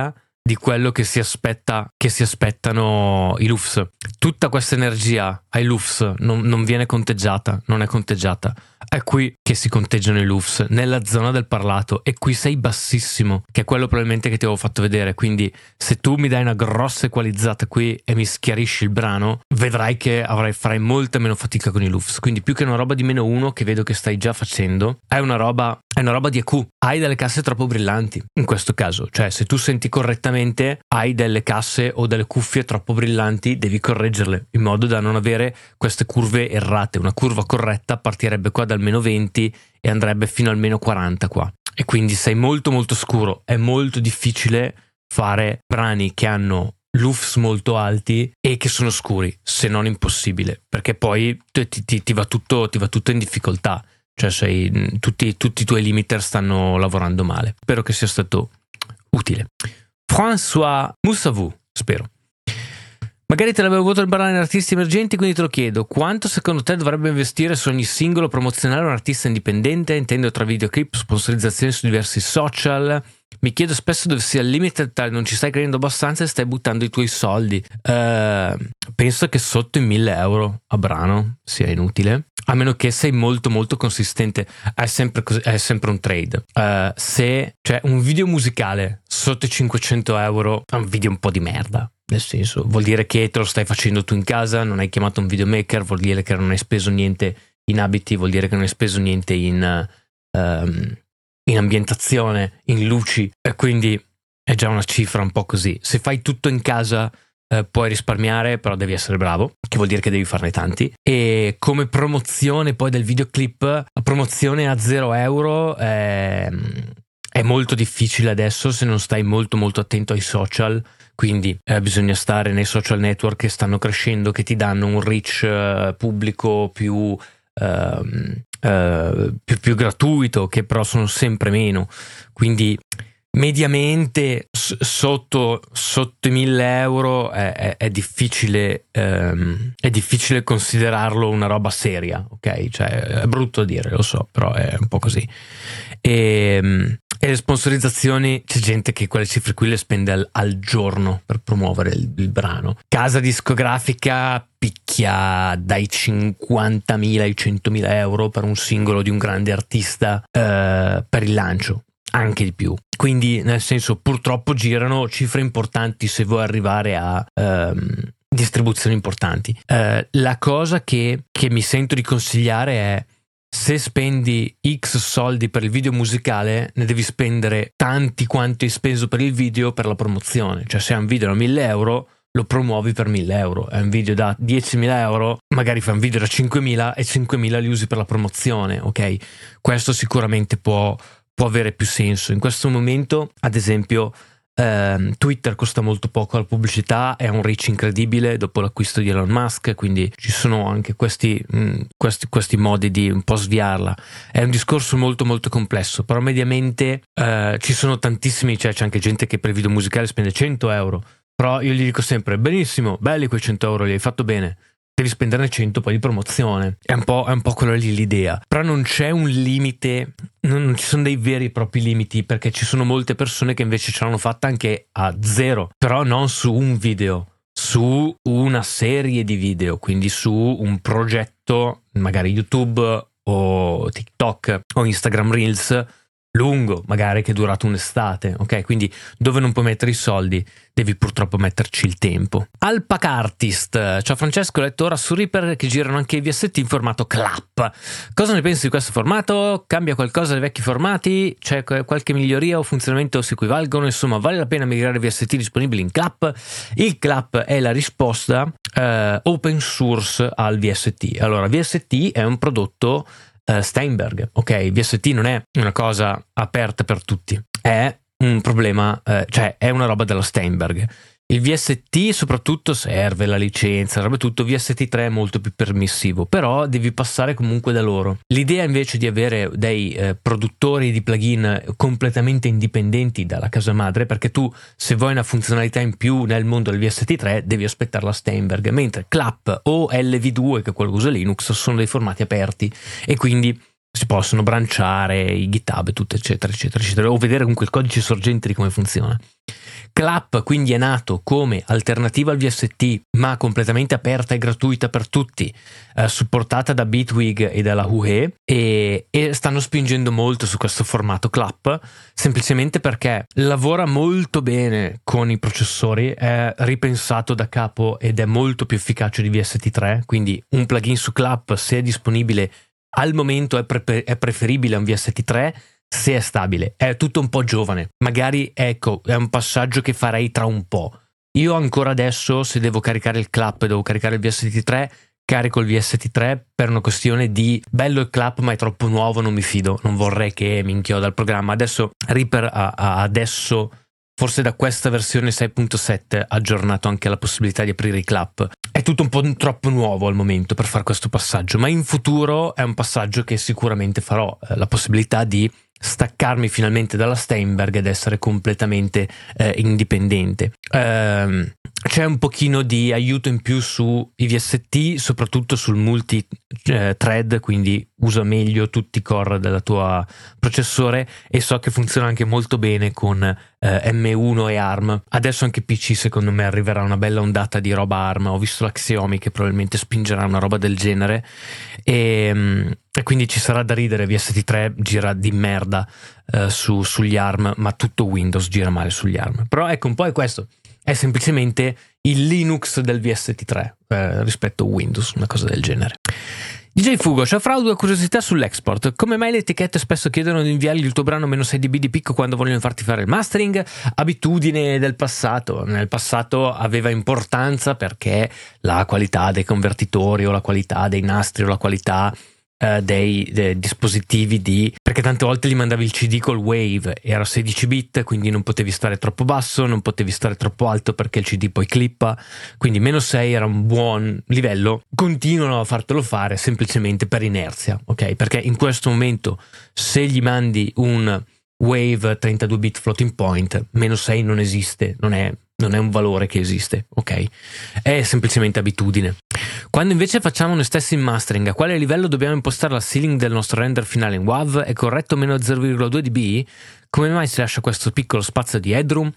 di quello che si aspettano i LUFS. Tutta questa energia ai LUFS non viene conteggiata, non è conteggiata. È qui che si conteggiano i LUFS, nella zona del parlato, e qui sei bassissimo, che è quello probabilmente che ti avevo fatto vedere. Quindi se tu mi dai una grossa equalizzata qui e mi schiarisci il brano, vedrai che farai molta meno fatica con i LUFS. Quindi più che una roba di -1 che vedo che stai già facendo, è una roba di EQ. Hai delle casse troppo brillanti in questo caso, cioè se tu senti correttamente hai delle casse o delle cuffie troppo brillanti, devi correggerle in modo da non avere queste curve errate. Una curva corretta partirebbe qua dal -20 e andrebbe fino al -40 qua, e quindi sei molto molto scuro. È molto difficile fare brani che hanno LUFS molto alti e che sono scuri, se non impossibile, perché poi ti va tutto in difficoltà. Cioè tutti i tuoi limiter stanno lavorando male. Spero che sia stato utile. François Moussavou, spero. Magari te l'avevo avuto il brano in artisti emergenti, quindi te lo chiedo. Quanto secondo te dovrebbe investire su ogni singolo promozionare un artista indipendente? Intendo tra videoclip, sponsorizzazioni su diversi social. Mi chiedo spesso dove sia il limite, non ci stai credendo abbastanza e stai buttando i tuoi soldi. Penso che sotto i 1.000 euro a brano sia inutile, a meno che sei molto molto consistente. È sempre un trade. Se cioè un video musicale sotto i 500 euro è un video un po' di merda. Nel senso, vuol dire che te lo stai facendo tu in casa, non hai chiamato un videomaker, vuol dire che non hai speso niente in abiti, vuol dire che non hai speso niente in ambientazione, in luci, e quindi è già una cifra un po' così. Se fai tutto in casa puoi risparmiare, però devi essere bravo, che vuol dire che devi farne tanti. E come promozione poi del videoclip, la promozione a 0 euro è molto difficile adesso se non stai molto molto attento ai social. Quindi bisogna stare nei social network che stanno crescendo, che ti danno un reach pubblico più gratuito, che però sono sempre meno. Quindi mediamente sotto i 1.000 euro è difficile considerarlo una roba seria, ok? Cioè è brutto dire, lo so, però è un po' così. E le sponsorizzazioni, c'è gente che quelle cifre qui le spende al giorno per promuovere il brano. Casa discografica picchia dai 50.000 ai 100.000 euro per un singolo di un grande artista per il lancio, anche di più. Quindi nel senso, purtroppo girano cifre importanti se vuoi arrivare a distribuzioni importanti. La cosa che mi sento di consigliare è: se spendi X soldi per il video musicale, ne devi spendere tanti quanti hai speso per il video per la promozione. Cioè se è un video da 1.000 euro, lo promuovi per 1.000 euro. È un video da 10.000 euro, magari fai un video da 5.000 e 5.000 li usi per la promozione, ok? Questo sicuramente può avere più senso. In questo momento, ad esempio, Twitter costa molto poco la pubblicità, è un reach incredibile dopo l'acquisto di Elon Musk, quindi ci sono anche questi modi di un po' sviarla. È un discorso molto molto complesso, però mediamente ci sono tantissimi, cioè c'è anche gente che per il video musicale spende 100 euro, però io gli dico sempre: benissimo, belli quei 100 euro, li hai fatto bene, devi spenderne 100 poi di promozione. È un po' quella lì l'idea, però non c'è un limite, non ci sono dei veri e propri limiti, perché ci sono molte persone che invece ce l'hanno fatta anche a 0, però non su un video, su una serie di video, quindi su un progetto, magari YouTube o TikTok o Instagram Reels lungo, magari che è durato un'estate, ok? Quindi dove non puoi mettere i soldi, devi purtroppo metterci il tempo. Alpaca Artist: ciao Francesco, ho letto ora su Reaper che girano anche i VST in formato clap. Cosa ne pensi di questo formato? Cambia qualcosa dai vecchi formati? C'è qualche miglioria o funzionamento si equivalgono? Insomma, vale la pena migrare VST disponibili in clap? Il clap è la risposta open source al VST. Allora, VST è un prodotto Steinberg, ok? VST non è una cosa aperta per tutti, è un problema, cioè è una roba della Steinberg. Il VST soprattutto serve la licenza, serve tutto. VST3 è molto più permissivo, però devi passare comunque da loro. L'idea invece di avere dei produttori di plugin completamente indipendenti dalla casa madre, perché tu se vuoi una funzionalità in più nel mondo del VST3 devi aspettare la Steinberg, mentre Clap o LV2, che è quello che usa Linux, sono dei formati aperti e quindi si possono branciare i GitHub, tutto eccetera eccetera eccetera, o vedere comunque il codice sorgente di come funziona. Clap quindi è nato come alternativa al VST, ma completamente aperta e gratuita per tutti, supportata da Bitwig e dalla Huawei, e stanno spingendo molto su questo formato Clap, semplicemente perché lavora molto bene con i processori, è ripensato da capo ed è molto più efficace di VST3, quindi un plugin su Clap, se è disponibile al momento, è preferibile a un VST3 se è stabile. È tutto un po' giovane, magari ecco, è un passaggio che farei tra un po'. Io ancora adesso, se devo caricare il Clap e devo caricare il VST3, carico il VST3 per una questione di bello il Clap ma è troppo nuovo, non mi fido, non vorrei che mi inchioda il programma. Adesso Reaper adesso, forse da questa versione 6.7, ha aggiornato anche la possibilità di aprire i Clap. È tutto un po' troppo nuovo al momento per fare questo passaggio, ma in futuro è un passaggio che sicuramente farò, la possibilità di staccarmi finalmente dalla Steinberg ed essere completamente indipendente. C'è un pochino di aiuto in più sui VST, soprattutto sul multi-thread, quindi usa meglio tutti i core del tuo processore, e so che funziona anche molto bene con M1 e ARM. Adesso anche PC secondo me arriverà una bella ondata di roba ARM. Ho visto la Xiaomi che probabilmente spingerà una roba del genere, e quindi ci sarà da ridere. VST3 gira di merda sugli ARM, ma tutto Windows gira male sugli ARM. Però ecco, un po' è questo, è semplicemente il Linux del VST3 rispetto a Windows, una cosa del genere. DJ Fugo, ciao Fra, due curiosità sull'export. Come mai le etichette spesso chiedono di inviargli il tuo brano -6 dB di picco quando vogliono farti fare il mastering? Abitudine del passato. Nel passato aveva importanza perché la qualità dei convertitori o la qualità dei nastri o la qualità dei dispositivi perché tante volte gli mandavi il CD col Wave, era 16 bit, quindi non potevi stare troppo basso, non potevi stare troppo alto perché il CD poi clippa, quindi -6 era un buon livello. Continuano a fartelo fare semplicemente per inerzia, ok? Perché in questo momento se gli mandi un Wave 32 bit floating point, -6 non esiste, non è un valore che esiste, ok? È semplicemente abitudine. Quando invece facciamo noi stessi in mastering, a quale livello dobbiamo impostare la ceiling del nostro render finale in WAV? È corretto -0,2 dB? Come mai si lascia questo piccolo spazio di headroom?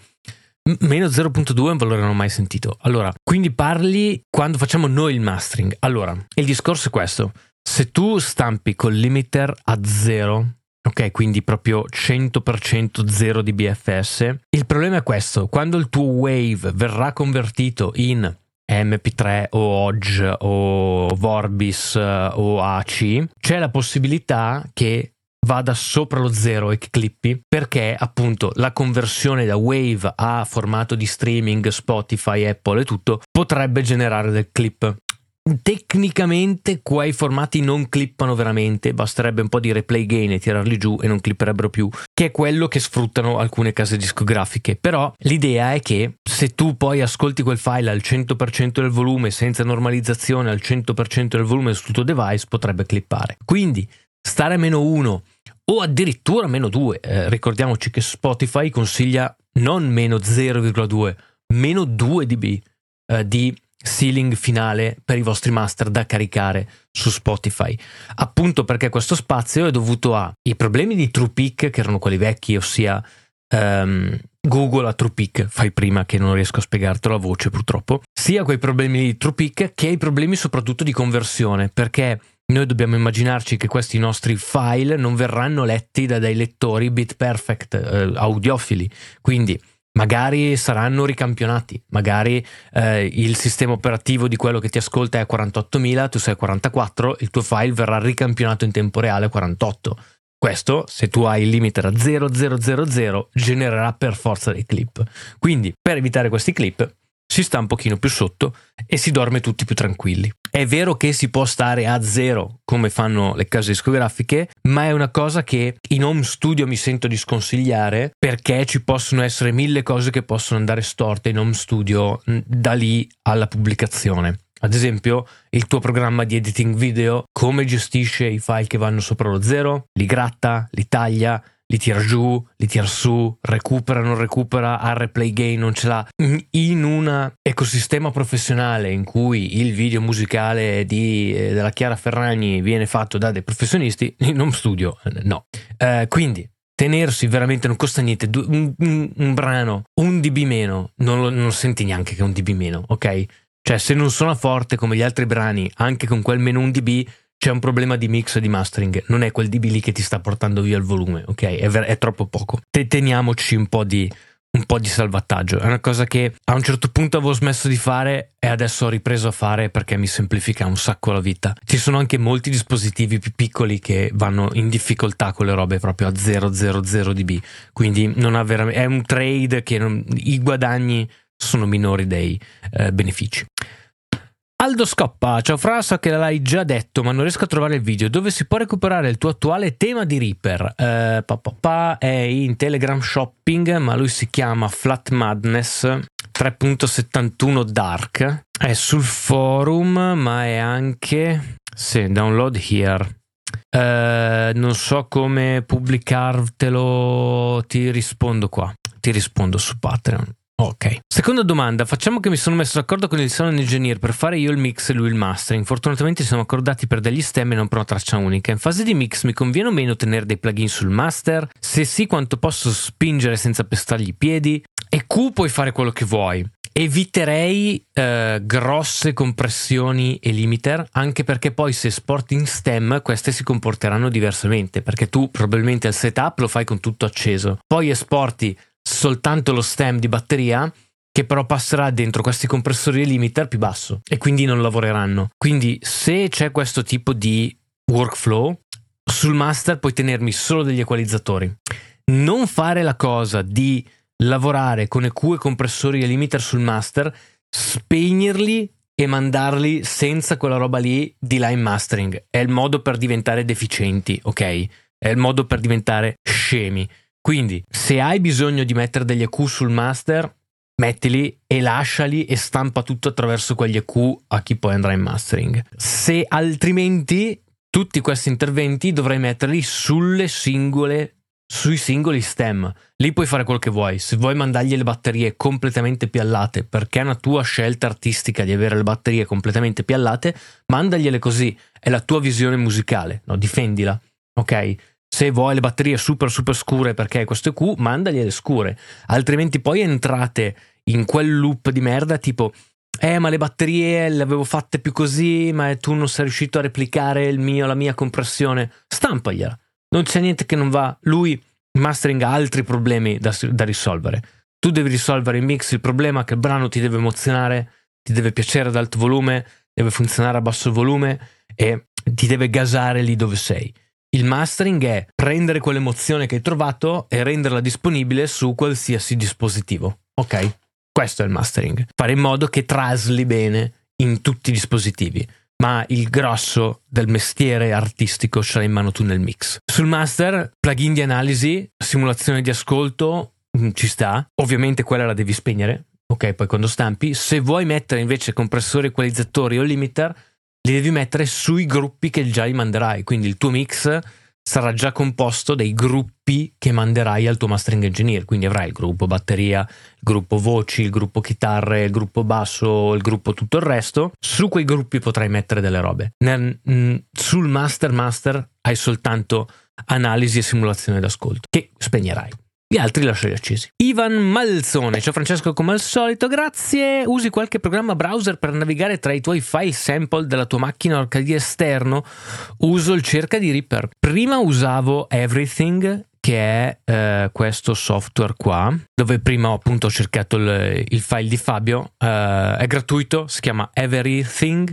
-0.2 è un valore non mai sentito. Allora, quindi parli quando facciamo noi il mastering. Allora, il discorso è questo: se tu stampi col limiter a 0, ok, quindi proprio 100% 0 dBFS, il problema è questo: quando il tuo wave verrà convertito in MP3 o OGG o Vorbis o AC, c'è la possibilità che vada sopra lo 0 e che clippi, perché appunto la conversione da wave a formato di streaming, Spotify, Apple e tutto potrebbe generare del clip. Tecnicamente quei formati non clippano veramente, basterebbe un po' di replay gain e tirarli giù e non clipperebbero più, che è quello che sfruttano alcune case discografiche. Però l'idea è che se tu poi ascolti quel file al 100% del volume senza normalizzazione, al 100% del volume sul tuo device, potrebbe clippare. Quindi stare a -1 o addirittura -2, ricordiamoci che Spotify consiglia non -0,2, -2 dB di ceiling finale per i vostri master da caricare su Spotify, appunto perché questo spazio è dovuto ai problemi di TruePic, che erano quelli vecchi, ossia Google a TruePic, fai prima che non riesco a spiegartelo a voce purtroppo, sia quei problemi di TruePic che i problemi soprattutto di conversione, perché noi dobbiamo immaginarci che questi nostri file non verranno letti da dei lettori BitPerfect audiofili, quindi magari saranno ricampionati, magari il sistema operativo di quello che ti ascolta è a 48.000, tu sei a 44, il tuo file verrà ricampionato in tempo reale a 48. Questo, se tu hai il limiter a 0,000, genererà per forza dei clip. Quindi, per evitare questi clip, si sta un pochino più sotto e si dorme tutti più tranquilli. È vero che si può stare a 0 come fanno le case discografiche, ma è una cosa che in home studio mi sento di sconsigliare, perché ci possono essere 1000 cose che possono andare storte in home studio da lì alla pubblicazione. Ad esempio, il tuo programma di editing video come gestisce i file che vanno sopra lo 0? Li gratta, li taglia, li tira giù, li tira su, recupera, non recupera, ha replay gain, non ce l'ha. In un ecosistema professionale in cui il video musicale della Chiara Ferragni viene fatto da dei professionisti, in home studio no. Quindi tenersi veramente non costa niente, un brano, un dB meno, non senti neanche che è un dB meno, ok? Cioè se non suona forte come gli altri brani, anche con quel meno un dB, c'è un problema di mix e di mastering, non è quel dB lì che ti sta portando via il volume, ok? È troppo poco. Teniamoci un po' di salvataggio. È una cosa che a un certo punto avevo smesso di fare e adesso ho ripreso a fare perché mi semplifica un sacco la vita. Ci sono anche molti dispositivi più piccoli che vanno in difficoltà con le robe proprio a 000 dB, quindi non ha veramente, è un trade che i guadagni sono minori dei benefici. Aldo Scoppa, ciao Fra, so che l'hai già detto ma non riesco a trovare il video dove si può recuperare il tuo attuale tema di Reaper. È in Telegram Shopping, ma lui si chiama Flat Madness 3.71 Dark, è sul forum ma è anche download here. Non so come pubblicartelo, ti rispondo su Patreon. Ok. Seconda domanda, facciamo che mi sono messo d'accordo con il sound engineer per fare io il mix e lui il mastering. Fortunatamente ci siamo accordati per degli stem e non per una traccia unica. In fase di mix mi conviene o meno tenere dei plugin sul master? Se sì, quanto posso spingere senza pestargli i piedi? E Q puoi fare quello che vuoi. Eviterei grosse compressioni e limiter, anche perché poi se esporti in stem queste si comporteranno diversamente, perché tu probabilmente il setup lo fai con tutto acceso, poi esporti soltanto lo stem di batteria che però passerà dentro questi compressori e limiter più basso e quindi non lavoreranno. Quindi se c'è questo tipo di workflow sul master puoi tenermi solo degli equalizzatori, non fare la cosa di lavorare con EQ e compressori e limiter sul master, spegnerli e mandarli senza quella roba lì di line mastering. È il modo per diventare deficienti, ok? È il modo per diventare scemi. Quindi se hai bisogno di mettere degli EQ sul master, mettili e lasciali e stampa tutto attraverso quegli EQ a chi poi andrà in mastering. Se altrimenti tutti questi interventi dovrai metterli sui singoli stem. Lì puoi fare quello che vuoi. Se vuoi mandargli le batterie completamente piallate perché è una tua scelta artistica di avere le batterie completamente piallate, mandagliele così, è la tua visione musicale, no? Difendila, ok? Se vuoi le batterie super scure perché questo EQ, mandagliele scure, altrimenti poi entrate in quel loop di merda tipo ma le batterie le avevo fatte più così, ma tu non sei riuscito a replicare la mia compressione. Stampagliela, non c'è niente che non va. Lui mastering ha altri problemi da risolvere. Tu devi risolvere in mix il problema che il brano ti deve emozionare, ti deve piacere ad alto volume, deve funzionare a basso volume e ti deve gasare lì dove sei. Il mastering è prendere quell'emozione che hai trovato e renderla disponibile su qualsiasi dispositivo. Ok? Questo è il mastering. Fare in modo che trasli bene in tutti i dispositivi. Ma il grosso del mestiere artistico ce l'hai in mano tu nel mix. Sul master, plugin di analisi, simulazione di ascolto, ci sta. Ovviamente quella la devi spegnere. Ok, poi quando stampi. Se vuoi mettere invece compressori, equalizzatori o limiter, li devi mettere sui gruppi che già li manderai, quindi il tuo mix sarà già composto dai gruppi che manderai al tuo mastering engineer, quindi avrai il gruppo batteria, il gruppo voci, il gruppo chitarre, il gruppo basso, il gruppo tutto il resto. Su quei gruppi potrai mettere delle robe. Sul master hai soltanto analisi e simulazione d'ascolto che spegnerai. Gli altri lasciali accesi. Ivan Malzone, ciao Francesco, come al solito, grazie. Usi qualche programma browser per navigare tra i tuoi file sample della tua macchina arcadia esterno? Uso il cerca di Reaper. Prima usavo Everything, che è questo software qua, dove prima appunto ho cercato il file di Fabio. È gratuito, si chiama Everything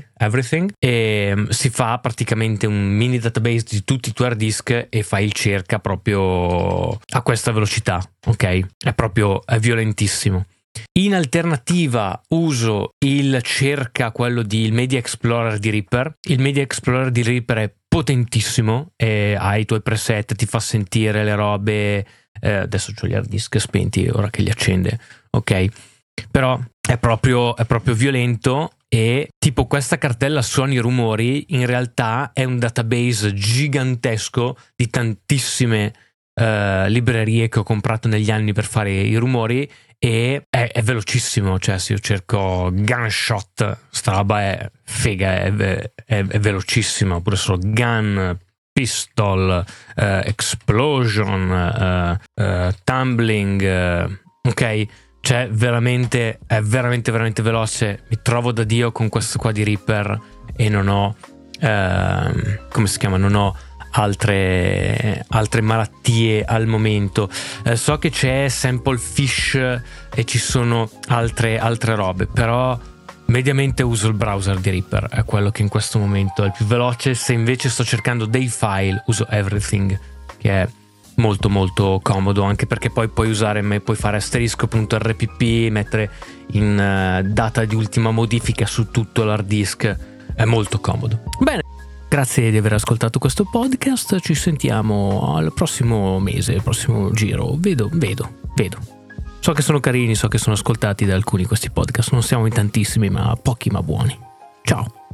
e si fa praticamente un mini database di tutti i tuoi hard disk e fai il cerca proprio a questa velocità, ok? È violentissimo. In alternativa uso il cerca, quello il Media Explorer di Reaper. Il Media Explorer di Reaper è potentissimo e ha i tuoi preset, ti fa sentire le robe. Adesso ho gli hard disk spenti ora che li accende, ok? Però è proprio violento e tipo questa cartella suoni e rumori in realtà è un database gigantesco di tantissime librerie che ho comprato negli anni per fare i rumori e è velocissimo, cioè se io cerco gunshot sta roba è figa, è velocissima, oppure solo gun pistol, explosion, tumbling, ok? Cioè è veramente veloce. Mi trovo da Dio con questo qua di Reaper e non ho come si chiama? Non ho altre malattie al momento. So che c'è Sample Fish e ci sono altre robe, però mediamente uso il browser di Reaper, è quello che in questo momento è il più veloce. Se invece sto cercando dei file uso Everything, che è molto molto comodo, anche perché poi puoi fare asterisco.rpp, mettere in data di ultima modifica su tutto l'hard disk, è molto comodo. Bene, grazie di aver ascoltato questo podcast, ci sentiamo al prossimo mese, al prossimo giro. Vedo. So che sono carini, so che sono ascoltati da alcuni questi podcast, non siamo in tantissimi, ma pochi ma buoni. Ciao!